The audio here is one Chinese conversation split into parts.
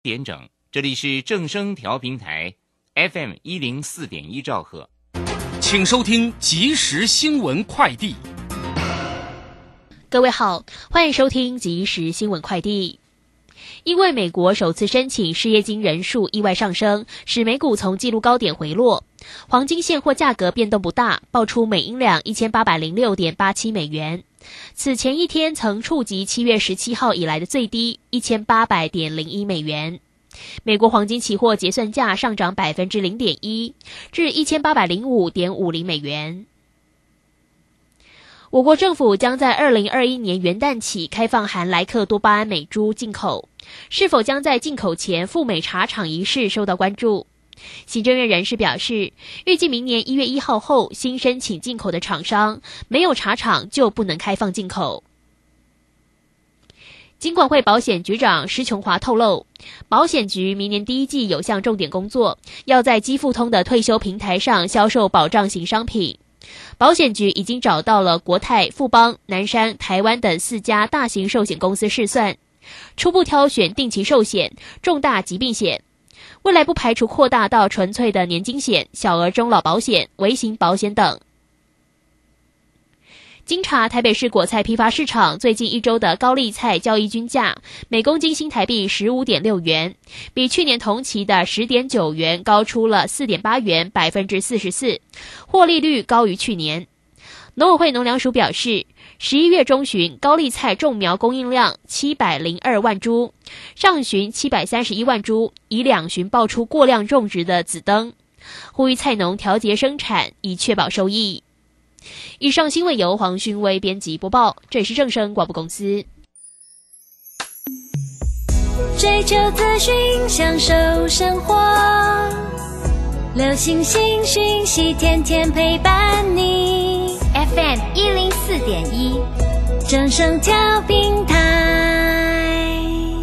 点整，这里是正声调频台 FM104.1兆赫， 请收听即时新闻快递。 各位好，欢迎收听即时新闻快递。因为美国首次申请失业金人数意外上升，使美股从纪录高点回落。黄金现货价格变动不大，报出每英两 1806.87 美元。此前一天曾触及7月17号以来的最低 1800.01 美元。美国黄金期货结算价上涨 0.1% 至 1805.50 美元。我国政府将在2021年元旦起开放含莱克多巴胺美猪进口，是否将在进口前赴美查厂一事受到关注。行政院人士表示，预计明年1月1号后新申请进口的厂商没有查厂就不能开放进口。金管会保险局长施琼华透露，保险局明年第一季有项重点工作，要在基富通的退休平台上销售保障型商品。保险局已经找到了国泰、富邦、南山、台湾等4家大型寿险公司试算，初步挑选定期寿险、重大疾病险，未来不排除扩大到纯粹的年金险、小额终老保险、微型保险等。经查，台北市果菜批发市场最近1周的高丽菜交易均价每公斤新台币 15.6 元，比去年同期的 10.9 元高出了 4.8 元 44%， 获利率高于去年。农委会农粮署表示，11月中旬高丽菜种苗供应量702万株，上旬731万株，以2旬爆出过量种植的紫灯，呼吁菜农调节生产，以确保收益。以上新闻由黄勋威编辑播报，这里是正声广播公司。 追求资讯，享受生活，流行新讯息，天天陪伴你。FM104.1，正声调频台。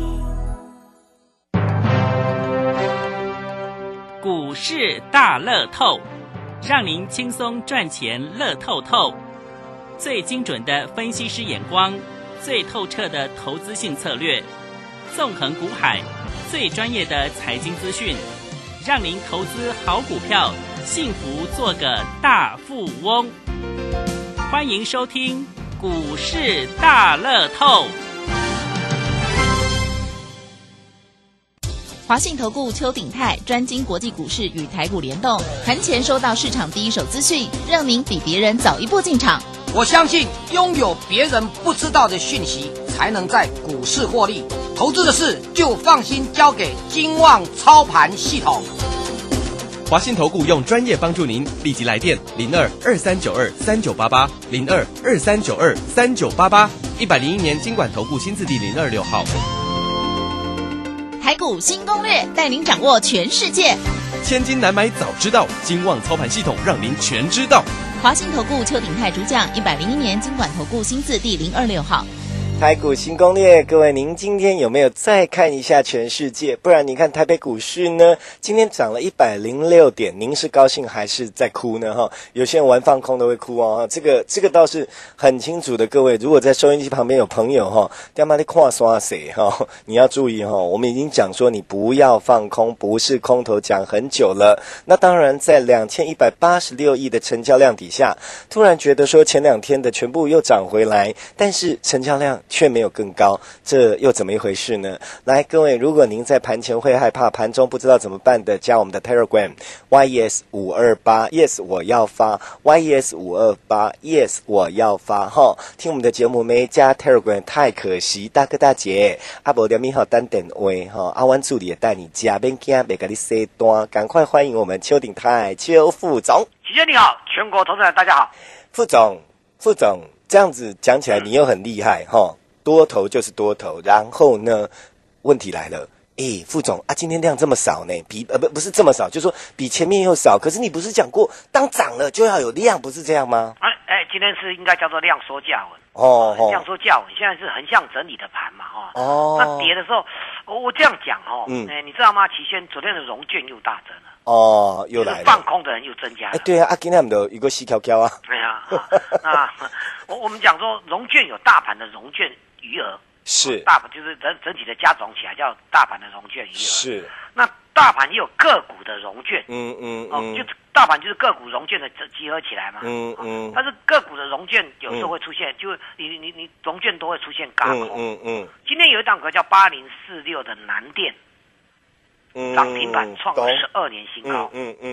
股市大乐透，让您轻松赚钱乐透透，最精准的分析师眼光，最透彻的投资性策略，纵横股海，最专业的财经资讯，让您投资好股票，幸福做个大富翁。欢迎收听股市大乐透。 华信投顾邱鼎泰专精国际股市与台股联动，盘前收到市场第一手资讯，让您比别人早一步进场。 我相信拥有别人不知道的讯息，才能在股市获利。投资的事就放心交给金旺操盘系统。 华信投顾用专业帮助您，立即来电0223923988 0223923988， 101年金管投顾新字第026号。 台股新攻略，带您掌握全世界。 千金难买早知道，金旺操盘系统让您全知道。 华信投顾邱鼎泰主讲，101年金管投顾新字第026号。 台股新攻略，各位您今天有没有再看一下全世界？不然你看台北股市呢，今天涨了106点，您是高兴还是在哭呢？有些人玩放空都会哭哦，这个倒是很清楚的。各位如果在收音机旁边有朋友干嘛你看刷谁你要注意我们已经讲说你不要放空，不是空头，讲很久了。那当然在2186亿的成交量底下，突然觉得说前2天的全部又涨回来，但是成交量却没有更高，这又怎么一回事呢？来，各位，如果您在盘前会害怕，盘中不知道怎么办的，加我们的 Telegram YES528 Yes 我要发 YES528 Yes 我要发听我们的节目没加 Telegram 太可惜，大哥大姐没连名单点位阿湾助理也带你加，别惊别给你塞单，赶快欢迎我们邱鼎泰邱副总。 齐姐你好，全国投资人大家好。 副总这样子讲起来你又很厉害多头就是多头，然后呢，问题来了，副总今天量这么少呢，不是这么少，就是说比前面又少，可是你不是讲过当涨了就要有量，不是这样吗？ 今天是应该叫做量缩价稳量缩价稳，现在是横向整理的盘嘛那跌的时候，我这样讲你知道吗？期间昨天的融券又大增了。 又来了， 放空的人又增加了。 对啊，今天我们都一个细条啊。 对啊，那我们讲说融券有大盘的融券余额是大盘就是整体的加总起来叫大盘的融券余额。 是， 那大盘也有个股的融券，就大盘就是个股融券的集合起来嘛，但是个股的融券有时候会出现，就你融券都会出现軋空，今天有一档股叫8046的南电，涨停板创了12年新高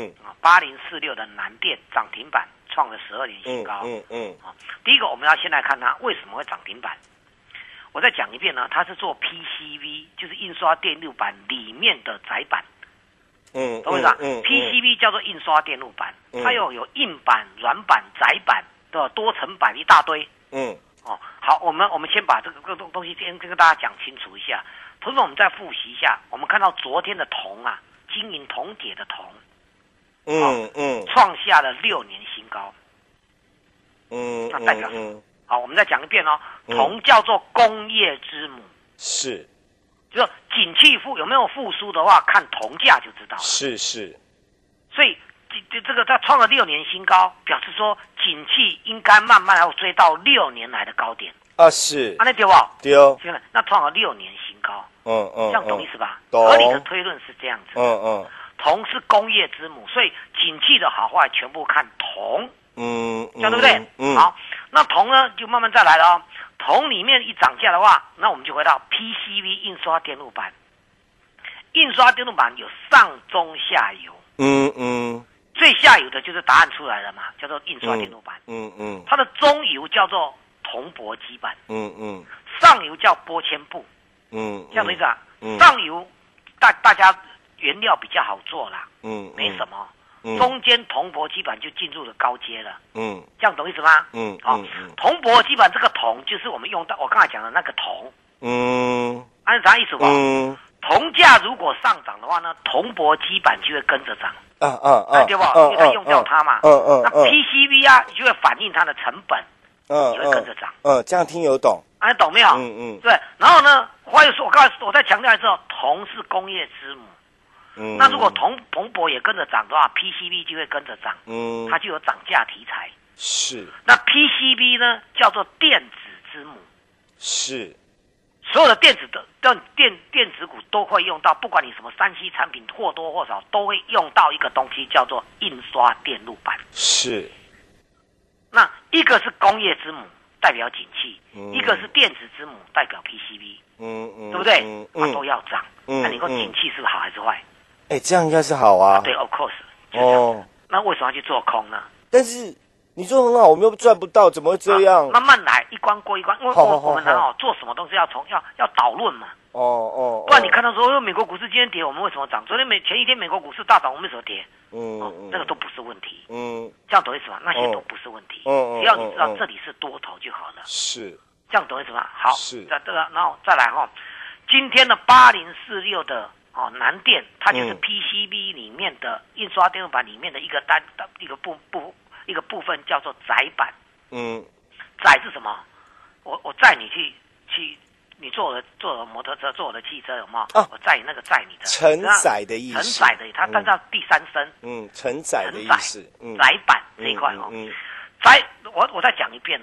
，8046的南电涨停板创了12年新高，第一个我们要先来看它为什么会涨停板。我再讲一遍呢，它是做 PCB， 就是印刷电路板里面的载板，懂我意思啊？PCB 叫做印刷电路板，它有硬板、软板、载板的多层板一大堆。好，我们先把这个东西先跟大家讲清楚一下。同时我们再复习一下，我们看到昨天的铜啊，金银铜铁的铜，创下了6年新高。那代表什么？好，我们再讲一遍哦。铜叫做工业之母， 是， 就是景气有没有复苏的话，看铜价就知道了。 是， 所以这个它创了6年新高，表示说景气应该慢慢要追到6年来的高点啊。是， 那对不？ 对， 那创了6年新高，这样懂意思吧？ 懂。 合理的推论是这样子。铜是工业之母，所以景气的好坏全部看铜。这样对不对？好，那铜呢就慢慢再来了哦。铜里面一涨价的话，那我们就回到 PCB 印刷电路板。印刷电路板有上中下游。最下游的就是答案出来了嘛，叫做印刷电路板。它的中游叫做铜箔基板。上游叫玻纤布。这样的意思啊。上游大家原料比较好做啦。没什么。中间铜箔基板就进入了高阶了，这样懂意思吗？铜箔基板这个铜就是我们用到我刚才讲的那个铜，按啥意思吧？铜价如果上涨的话呢，铜箔基板就会跟着涨，对不？因为它用掉它嘛，那 PCB 啊就会反映它的成本，也会跟着涨， 这样听有懂？ 懂没有？对。然后呢，话又说，我再强调一次，铜是工业之母。那如果铜箔也跟着涨的话 ，PCB 就会跟着涨，它就有涨价题材。 是。 那 PCB 呢，叫做电子之母。 是。 所有的电子股都会用到，不管你什么3C 产品，或多或少都会用到一个东西，叫做印刷电路板。 是。 那一个是工业之母，代表景气；一个是电子之母，代表 PCB。对不对？都要涨。那你说景气是好还是坏？ 这样应该是好啊。 对 ，of course。那为什么要去做空呢？ 但是你说很好，我们又赚不到，怎么会这样？ 慢慢来，一关过一关。我们做什么东西要导论嘛。不然你看到说美国股市今天跌，我们为什么涨？前一天美国股市大涨，我们为什么跌？那个都不是问题。这样懂意思吗？那些都不是问题。只要你知道这里是多头就好了。 是。 这样懂意思吗？好。 是。 这个，然后再来今天的8046的南电，它就是 PCB 里面的印刷电路板里面的一个部分叫做载板。载是什么？我载你去，你坐我的摩托车，坐我的汽车，有没有？我载你那个载你的承载的意思。 承载的，它但是第三声。 承载的意思。 载板这一块我再讲一遍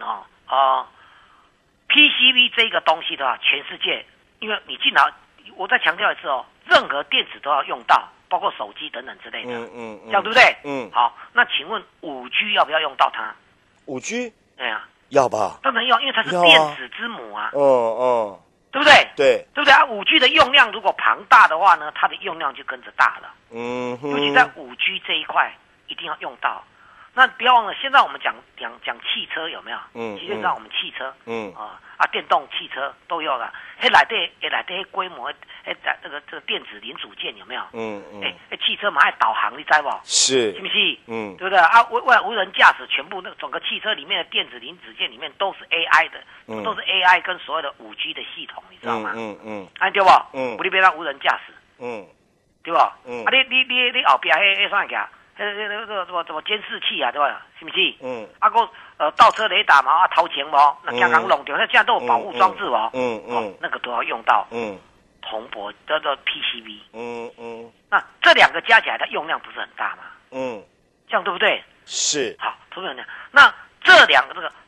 PCB 这个东西的话，全世界，因为你进来，我再强调一次任何电子都要用到，包括手机等等之类的，这样对不对？好，那请问5G 要不要用到它 ？5G？ 对啊， 要吧？ 当然要，因为它是电子之母啊。对不对？ 对不对啊？5G 的用量如果庞大的话呢，它的用量就跟着大了。尤其在5G 这一块一定要用到。那不要忘了，现在我们讲汽车有没有？其实上我们汽车，电动汽车都有了。内底规模，这个电子零组件有没有？汽车嘛爱导航，你知不？ 是不是？对不对啊？未来无人驾驶，全部那整个汽车里面的电子零组件里面都是 AI 的，都是 AI 跟所谓的5G 的系统，你知道吗？对不？不你别让无人驾驶，对不？你后边迄啥个？什么监视器啊，对吧？是不是？倒车雷达嘛，头前无，那刚刚弄掉，那现在都有保护装置哦。那个都要用到铜箔叫做 PCB。那这两个加起来，它用量不是很大吗？这样对不对？ 是。 好，同学们，那这两个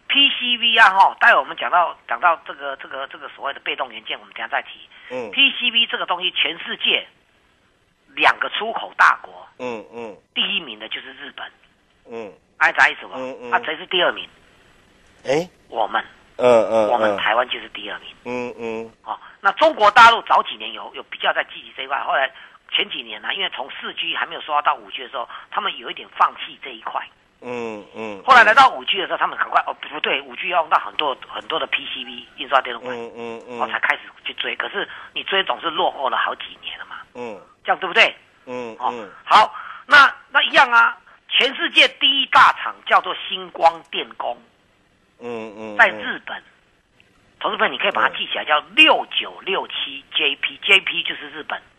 PCB 啊待会我们讲到这个所谓的被动元件，我们等一下再提。PCB 这个东西，全世界2个出口大国，第1名的就是日本，按啥意思吧？谁是第2名？我们，我们台湾就是第2名，那中国大陆早几年有比较在积极这一块，后来前几年呢，因为从4G 还没有说到5G 的时候，他们有一点放弃这一块。后来来到5G 的时候，他们赶快不对，5G 要用到很多的 PCB 印刷电路板，才开始去追。可是你追总是落后了好几年了嘛，这样对不对？好，那一样啊，全世界第1大厂叫做星光电工，在日本。投资朋友，你可以把它记起来，叫6967JP，JP 就是日本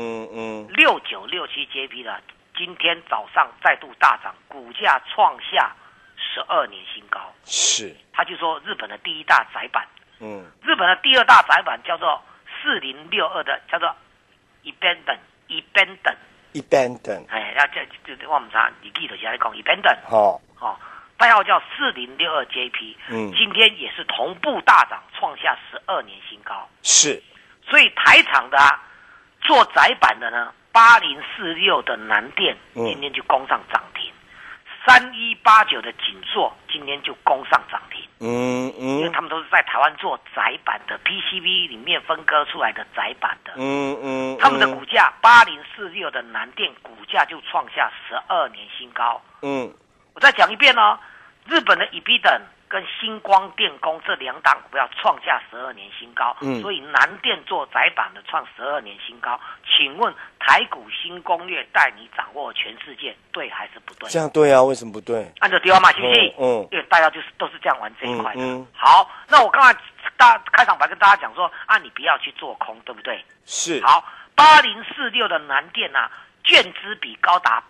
，6967JP 的。今天早上再度大涨，股价创下12年新高。 是， 他就说日本的第1大载板，日本的第2大载板叫做4062的，叫做 Ebenden，我们查，你记得起来讲 Ebenden，代号叫4062JP，今天也是同步大涨，创下12年新高。是，所以台厂的做载板的呢，8046的南电今天就攻上涨停，3189的景硕今天就攻上涨停，因为他们都是在台湾做载板的 PCB 里面分割出来的载板的，他们的股价8046的南电股价就创下12年新高，我再讲一遍哦，日本的 Ebiden 跟星光电工这2档股票创下12年新高，所以南电做载板的创12年新高。请问台股新攻略带你掌握全世界，对还是不对？ 这样对啊，为什么不对？ 按照对嘛，是不是？因为大家都是这样玩这一块的。好，那我刚才开场白跟大家讲说你不要去做空，对不对？ 是。 好，8046的南电券资比高达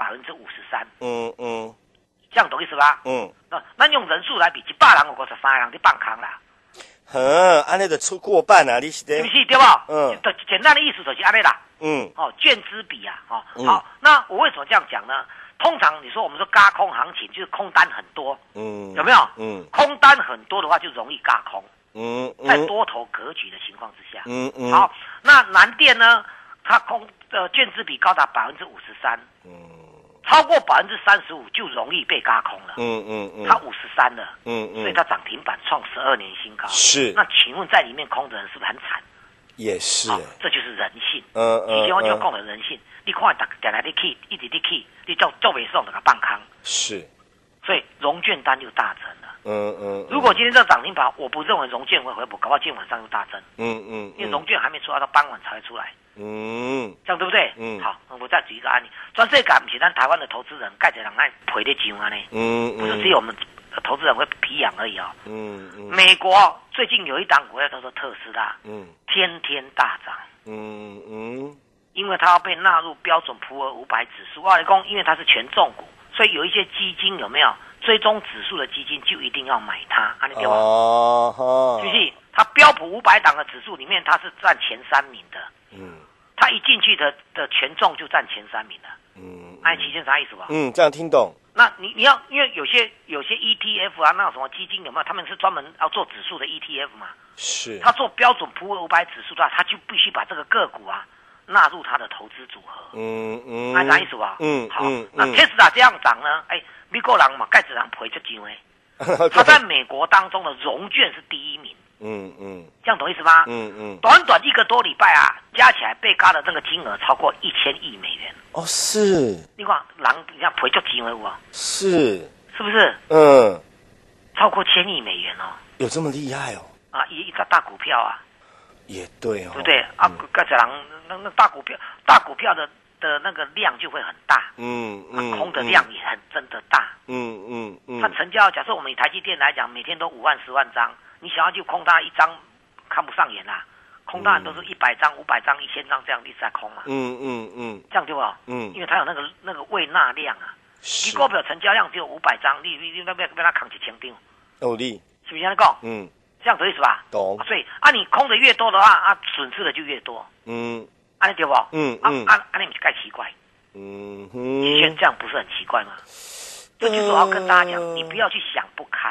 53%。这样懂意思吧？那用人数来比，100人有53人在放空啦。 安尼就出过半啊，你是不是对吧？简单的意思就是安尼啦。券资比啊，好，那我为什么这样讲呢？通常你说我们说軋空行情，就是空单很多，有没有？空单很多的话就容易軋空，在多头格局的情况之下，好，那南电呢，它券资比高达53%，超过35%就容易被軋空了，它53了，所以它涨停板创12年新高。是，那请问在里面空的人是不是很惨？ 也是， 这就是人性。以前我就讲的人性，你看点来你去，一直你去，你做袂爽就给放空。是，所以融券单就大增了。如果今天这涨停板，我不认为融券会回补，搞不好今天晚上就大增。因为融券还没出来，到傍晚才会出来。这样对不对？好，我再举一个案例，全世界不是咱台湾的投资人，盖着人爱赔的上呢，不是只有我们投资人会皮痒而已哦。美国最近有一档股票叫做特斯拉，天天大涨。因为它要被纳入标准普尔500指数，我来讲，因为它是权重股，所以有一些基金有没有追踪指数的基金就一定要买它，对吧？就是它标普500档的指数里面，它是占前3名的。它一进去的权重就占前3名了。期间啥意思吧？ 这样听懂。 那你要，因为有些 ETF 啊，那种什么基金有没有？他们是专门要做指数的 ETF 嘛？是。他做标准普尔500指数的话，他就必须把这个个股纳入他的投资组合。啥意思吧？好。那特斯拉这样涨呢？美国人嘛，盖子人赔就钱诶。他在美国当中的融券是第1名。这样懂意思吗？短短1个多礼拜加起来被軋的这个金额超过1000亿美元。 是。 你看人，你看赔就金额是不是？超过1000亿美元哦。 有这么厉害哦？ 一个大股票也对哦， 对不对？盖子人那大股票的那个量就会很大。空的量也很真的大。它成交，假设我们以台积电来讲，每天都5万10万张。你想要就空它1张，看不上眼啦。空当然都是100张、500张、1000张这样一直在空嘛。这样对不？因为它有那个未纳量你股票成交量只有500张，你要被它扛1000张。 你是不是这样讲？这样的意思吧？懂。所以你空的越多的话，损失的就越多。你对不？你不是该奇怪？其实这样不是很奇怪吗？这就是我要跟大家讲，你不要去想不开。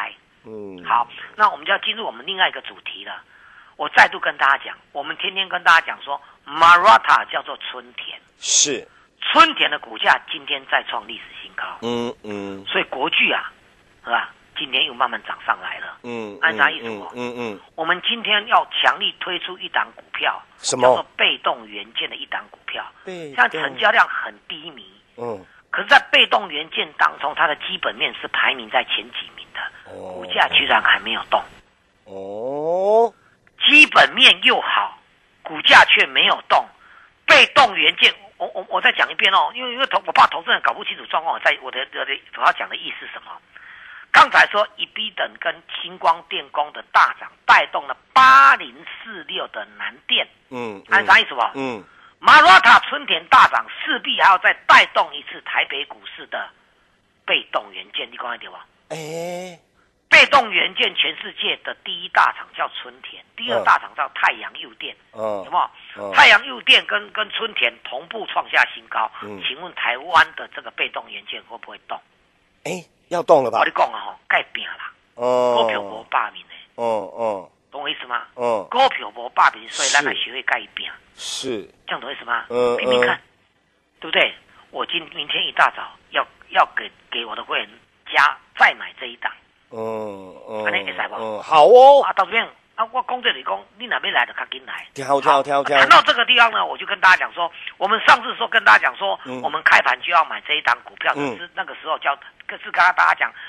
好，那我们就要进入我们另外一个主题了。我再度跟大家讲，我们天天跟大家讲说 Maratha 叫做春田， 是春田的股价今天再创历史新高。所以国巨啊，是吧？今天又慢慢涨上来了。按啥意思不？我们今天要强力推出一档股票， 什么？ 叫做被动元件的一档股票。现在成交量很低迷。可是，在被动元件当中，它的基本面是排名在前几名的，股价居然还没有动。基本面又好，股价却没有动。被动元件，我再讲一遍哦，因为我怕投资人搞不清楚状况。我要讲的意思是什么？刚才说1B等跟星光电工的大涨，带动了8046的南电。按啥意思不？Maratha 春田大涨，势必还要再带动一次台北股市的被动元件，你讲得对吧？被动元件全世界的第一大厂叫春田，第二大厂叫太阳诱电，有没有？太阳诱电跟春田同步创下新高。请问台湾的这个被动元件会不会动？ 要动了吧？ 我跟你讲啊，改变啦，股票无罢免的。懂我意思吗？股票无罢免，所以咱来学会改变。 是这样懂意思吗？拼拼看，对不对？我明天一大早要给我的会员再买这一档。安尼会使不？ 好哦。 到这边我讲这里讲，你哪边来的，较紧来。 挑。 谈到这个地方呢，我就跟大家讲说，我们上次跟大家讲说，我们开盘就要买这一档股票，是那个时候是跟大家讲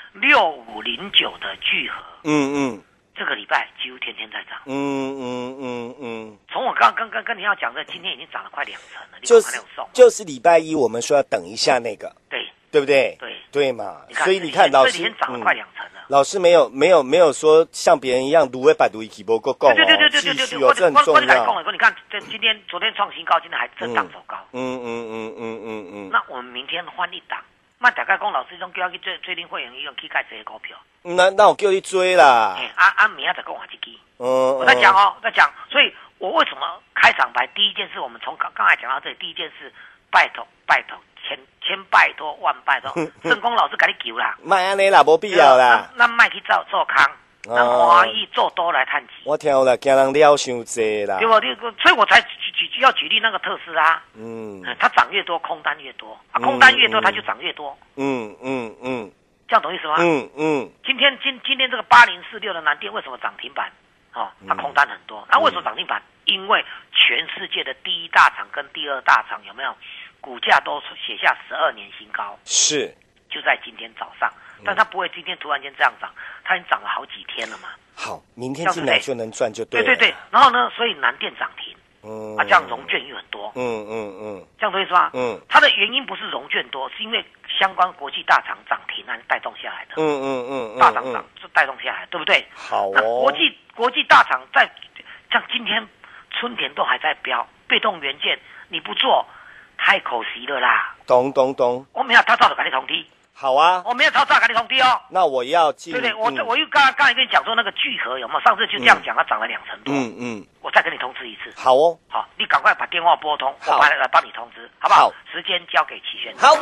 6509的聚合。这个礼拜几乎天天在涨。从我刚跟你要讲的，今天已经涨了快2成了。 就是礼拜一我们说要等一下那个，对不对？对嘛。所以你看老师， 这几天涨了快2成了。 老师没有说像别人一样芦苇摆一起波够够。 对， 这很重要。 你看昨天创新高，今天还震荡走高。那我们明天换一档。那大概讲老师种叫去最近会员用去盖这些股票。 那我叫你追啦。 明仔再讲一支。我在讲。所以我为什么开场白第一件事，我们从刚才讲到这里，第一件事，拜托，千拜托万拜托，正公老师给你求啦。 莫安尼啦，无必要啦。 咱莫去做空，咱欢喜做多来探钱。 我听了，惊人了伤济啦。 对不？所以我才举例那个特斯拉。它涨越多，空单越多。空单越多，它就涨越多。这样懂意思吗？今天这个8046的南电为什么涨停板？它空单很多。为什么涨停板？因为全世界的第一大厂跟第二大厂有没有股价都写下12年新高？是，就在今天早上。但它不会今天突然间这样涨，它已经涨了好几天了嘛。好，明天进来就能赚就对了。对。然后呢，所以南电涨停。这样融券又很多。这样懂意思吗？它的原因不是融券多，是因为相关国际大厂涨停带动下来的。大涨就带动下来，对不对？好哦。国际大厂像今天春田都还在飙，被动元件你不做太可惜了啦。懂。我没有早早的给你通知。好啊，我没有早早给你通知哦。那我要记。对，我又刚才跟你讲说那个聚合有没有？上次就这样讲，它涨了2成多。我再跟你通知一次。好哦。好，你赶快把电话拨通，我来帮你通知，好不好？时间交给齐轩。好。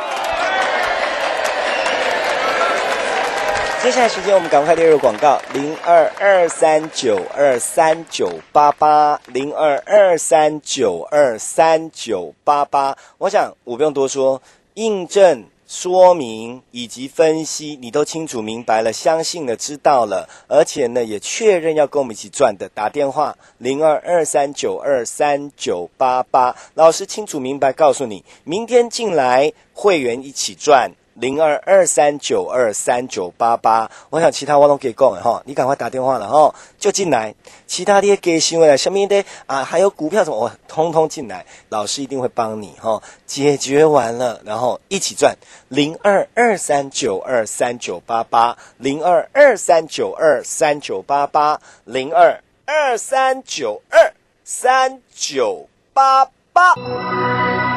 接下来时间我们赶快列入广告，022392392388，0223923988。我想我不用多说，印证。说明以及分析你都清楚明白了，相信了知道了，而且呢也确认要跟我们一起赚的，打电话0223923988，老师清楚明白告诉你，明天进来会员一起赚，0223923988。我想其他我都可以讲哈，你赶快打电话了哈，就进来。其他的给新闻了，下面的还有股票什么，我通通进来，老师一定会帮你哈，解决完了，然后一起赚。0223923988，0223923988。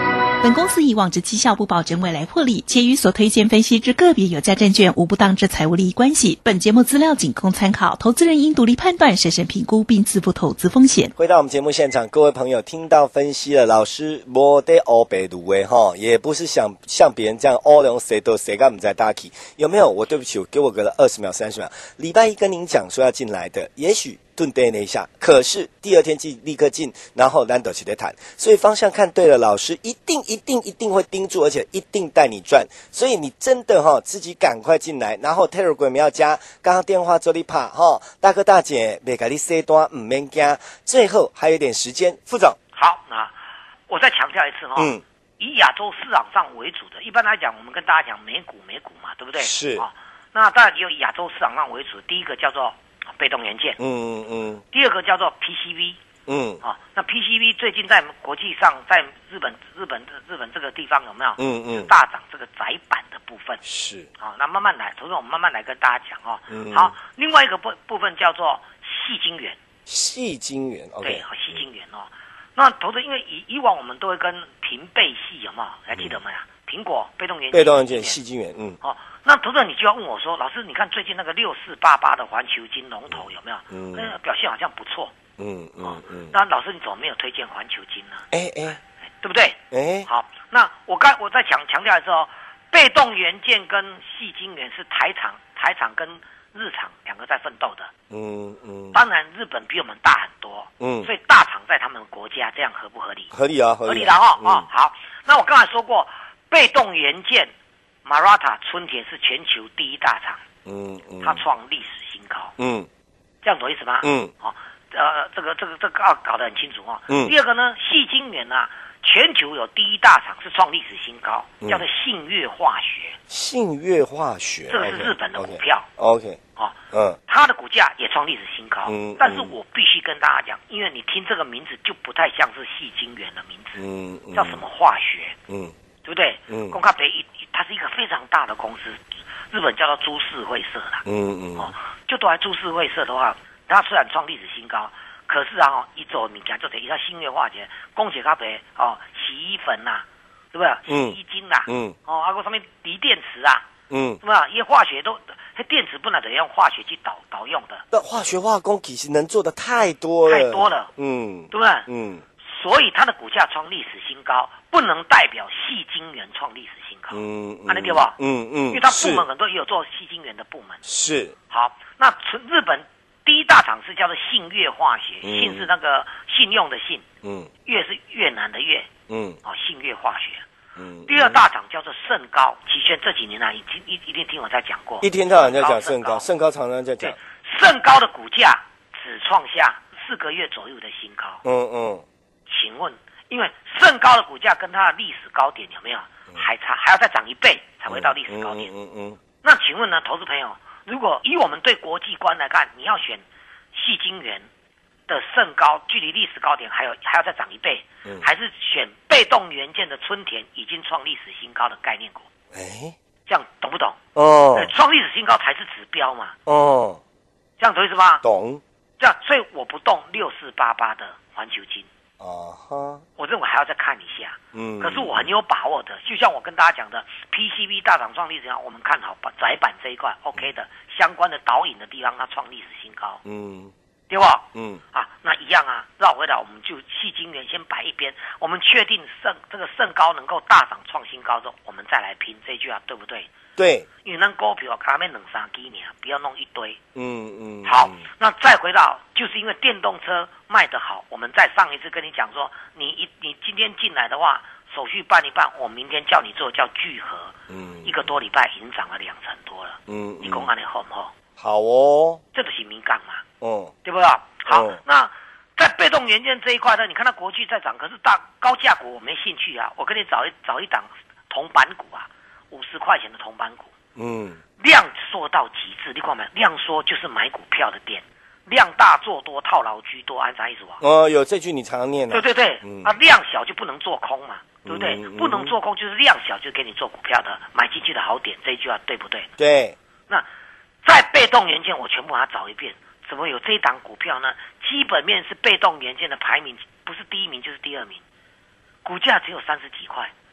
本公司以往之绩效不保证未来获利，且与所推荐分析之个别有价证券无不当之财务利益关系。本节目资料仅供参考，投资人应独立判断、审慎评估并自负投资风险。 回到我们节目现场，各位朋友听到分析了，老师没得欧北鲁威哈，也不是像别人这样欧龙谁都谁干不在大起，有没有？我对不起，我给我个了20秒、30秒。礼拜一跟您讲说要进来的，也许顿呆那一下，可是第二天立刻进，然后难得起来谈，所以方向看对了，老师一定会盯住，而且一定带你赚。所以你真的自己赶快进来，然后 Telegram 要加，刚刚电话做你拍大哥大姐别给你塞单，唔免惊。最后还有点时间，副总。 好，那我再强调一次以亚洲市场上为主的，一般来讲，我们跟大家讲美股嘛，对不对？ 是那当然有亚洲市场上为主，第一个叫做被动元件，第二个叫做 PCB，那 PCB 最近在国际上，在日本这个地方有没有大涨这个载板的部分？ 是那慢慢来，同时我们慢慢来跟大家讲好，另外一个部分叫做矽晶圆，对，矽晶圆那投资因为以往我们都会跟平背系有没有？还记得没有？苹果被动元件矽晶圆， 那投资人你就要问我说，老师，你看最近那个6488的环球晶龙头有没有？表现好像不错。那老师你怎么没有推荐环球晶呢？对不对？好，那我再强调一次被动元件跟矽晶圆是台厂跟日厂两个在奋斗的。当然日本比我们大很多。所以大厂在他们国家，这样合不合理？ 合理啊， 合理的好，那我刚才说过。被动元件 Murata 春田是全球第一大厂，它创历史新高，这样懂意思吗？这个要搞得很清楚第二个呢，矽晶圆全球有第一大厂是创历史新高，叫做信越化学。这个是日本的股票。它的股价也创历史新高。但是我必须跟大家讲，因为你听这个名字就不太像是矽晶圆的名字，叫什么化学？对不对？公卡北它是一个非常大的公司，日本叫做株式会社啦。就都来株式会社的话，它虽然创历史新高，可是一做物件就得一下信越化学，讲起卡北洗衣粉对不对？洗衣精还有上面锂电池对吧？因为化学都电池本来得用化学去导用的。 那化学化工其实能做的太多了， 对不对？所以它的股价创历史新高，不能代表矽晶圆创历史新高。你对吧？因为它部门很多也有做矽晶圆的部门。 是。 好，那日本第一大厂是叫做信越化学，信是那个信用的信，越是越南的越，信越化学。第二大厂叫做盛高，齐轩这几年一定听我在讲过， 一天到晚在讲盛高常常在讲。 盛高的股价只创下4个月左右的新高。请问，因为盛高的股价跟它的历史高点有没有还要再涨1倍才会到历史高点？那请问呢，投资朋友，如果以我们对国际观来看，你要选矽晶圆的盛高，距离历史高点还要再涨1倍，还是选被动元件的春田已经创历史新高的概念股？这样懂不懂？创历史新高才是指标嘛。这样懂意思吗？ 懂。 这样，所以我不动6488的环球晶。我认为还要再看一下。可是我很有把握的，就像我跟大家讲的 ，PCB 大厂创历史新高，我们看好载板这一块 OK 的，相关的导引的地方它创历史新高。对吧？那一样绕回来，我们就矽晶圆先摆一边，我们确定这个盛高能够大涨创新高之后，我们再来拼这句对不对？ 对， 因为咱股票卡面2、3支呢，不要弄一堆。好，那再回到，就是因为电动车卖得好，我们在上一次跟你讲说，你今天进来的话，手续办一办，我明天叫你做叫聚合，1个多礼拜已经涨了2成多了。你讲安尼好不好？ 好哦， 这就是民港嘛。对不对？好，那在被动元件这一块呢，你看到国巨在涨，可是高价股我没兴趣我跟你找一档铜板股50块钱的铜板股，量缩到极致，你看没有？量缩就是买股票的点，量大做多，套牢居多，按啥意思有这句你常常念对，量小就不能做空嘛，对不对？不能做空就是量小，就给你做股票的买进去的好点，这一句话对不对？ 对。 那在被动元件，我全部把它找一遍。怎么有这一档股票呢？基本面是被动元件的排名，不是第1名就是第2名，股价只有30几块，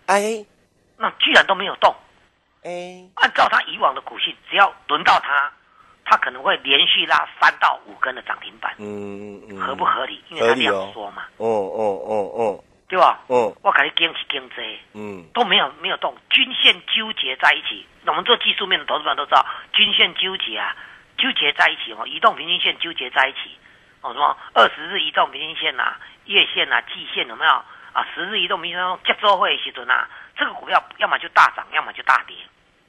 哎， 那居然都没有动。 哎， 按照他以往的股性，只要轮到他可能会连续拉3到5根的涨停板。合不合理？因为他量缩嘛。对吧？我跟你讲是讲这，都没有动，均线纠结在一起。我们做技术面的投资者都知道，均线纠结在一起哦，移动平均线纠结在一起哦，什么20日移动平均线呐、月线呐、季线有没有啊？10日移动平均线接周会的时阵啊，这个股票要么就大涨，要么就大跌。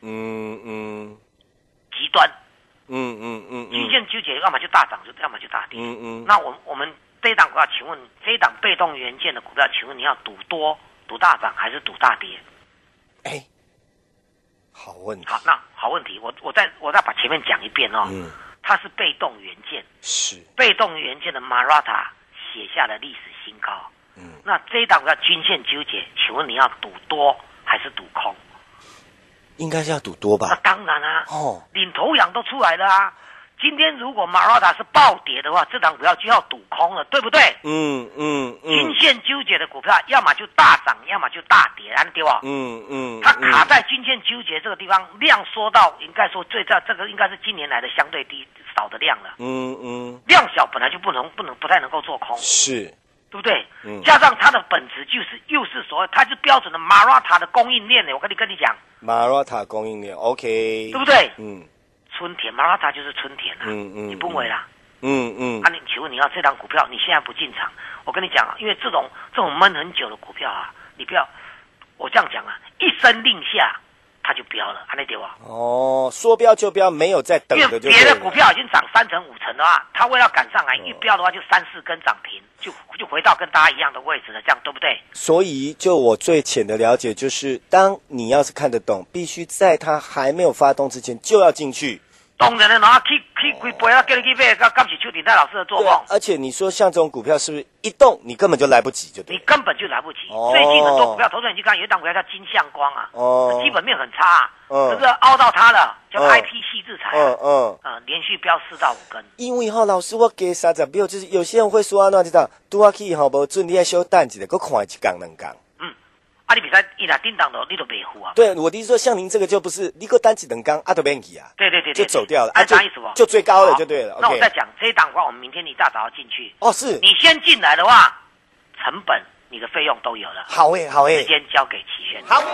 极端。均线纠结，要么就大涨，要么就大跌。那我们这一档股票，请问这一档被动元件的股票，请问你要赌多、赌大涨还是赌大跌？ 哎，好问题。 好，那好问题，我再把前面讲一遍哦。它是被动元件， 是被动元件的 Maratha 写下了历史新高。那这一档股票均线纠结，请问你要赌多还是赌空？ 应该是要赌多吧？ 那当然啊，领头羊都出来了啊。今天如果马拉达是暴跌的话，这档股票就要赌空了，对不对？均线纠结的股票，要么就大涨，要么就大跌，对吧？它卡在均线纠结这个地方，量缩到应该说这个应该是今年来的相对少的量了。量小本来就不太能够做空， 是， 对不对？加上它的本质又是所谓它是标准的马拉塔的供应链的，我跟你讲， 马拉塔供应链 OK， 对不对？春田马拉塔就是春田啊，你不为啦。你请问你要这档股票，你现在不进场，我跟你讲啊，因为这种闷很久的股票啊，你不要，我这样讲啊，一声令下，它就飙了，对吧？ 说飙就飙，没有在等的就对了。 因为别的股票已经涨3成5成的话，它为了赶上来，一飙的话就3、4根涨停，就回到跟大家一样的位置了，这样对不对？ 所以，就我最浅的了解，就是当你要是看得懂，必须在它还没有发动之前就要进去。 当然了，然后去开杯啊，叫你去买，刚是邱鼎泰老师的作风。 而且你说像这种股票，是不是一动你根本就来不及，就对？ 你根本就来不及。最近很多股票，投资人去看，有一档股票叫金相光啊，基本面很差啊，可是凹到它了，叫 IP 系制裁连续飙4到5根。 因为老师我给30秒，就是有些人会说知道，拄啊去无准，你要小等一下，搁看1天2天。 你比赛一拿叮当的，你都没付啊。 对，我的意思说，像您这个就不是，你个单几等钢都没去啊。 对， 就走掉了。 啥意思不？ 就最高了，就对了。 那我再讲这一档的话，我们明天一大早要进去。 是。 你先进来的话，成本、你的费用都有了。 好诶。 时间交给齐轩。 好。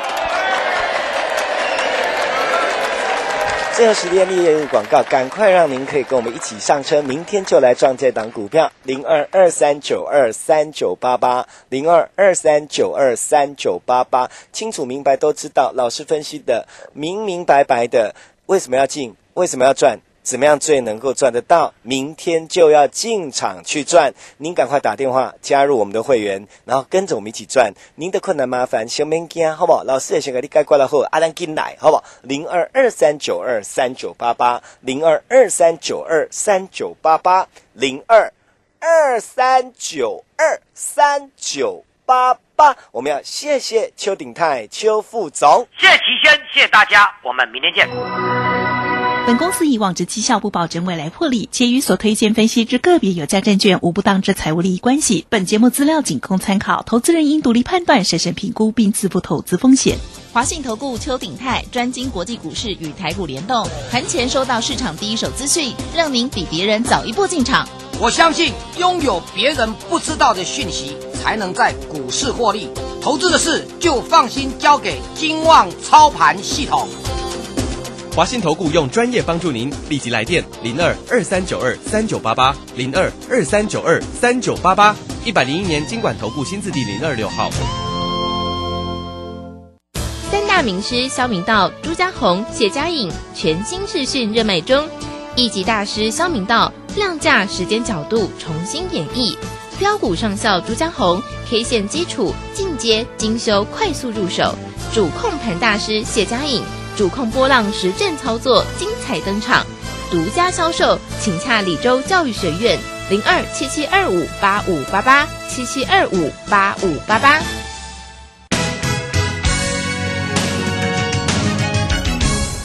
最后时间列入广告，赶快让您可以跟我们一起上车，明天就来撞这档股票0223923988 0223923988，清楚明白都知道，老师分析的明明白白的，为什么要进，为什么要赚，怎么样最能够赚得到，明天就要进场去赚。您赶快打电话加入我们的会员，然后跟着我们一起赚。您的困难麻烦先别惊，好不好？老师也先给你解决了后，咱进来，好不好？0223923988 0223923988 0223923988。我们要谢谢邱鼎泰邱副总， 谢谢齐轩，谢谢大家，我们明天见。 本公司以往之绩效不保证未来获利，且与所推荐分析之个别有价证券无不当之财务利益关系。本节目资料仅供参考，投资人应独立判断、审慎评估并自负投资风险。 华信投顾邱鼎泰专精国际股市与台股联动，盘前收到市场第一手资讯，让您比别人早一步进场。 我相信拥有别人不知道的讯息，才能在股市获利。投资的事就放心交给金旺操盘系统。 华信投顾用专业帮助您，立即来电0223923988 0223923988 101年金管投顾新字第026号。 3大名师萧明道、朱家红、谢佳颖全新视讯热卖中，一级大师萧明道量价时间角度重新演绎，标股上校朱家红 K 线基础进阶精修快速入手，主控盘大师谢佳颖主控波浪实战操作精彩登场，独家销售，请洽李州教育学院0277258588 77258588。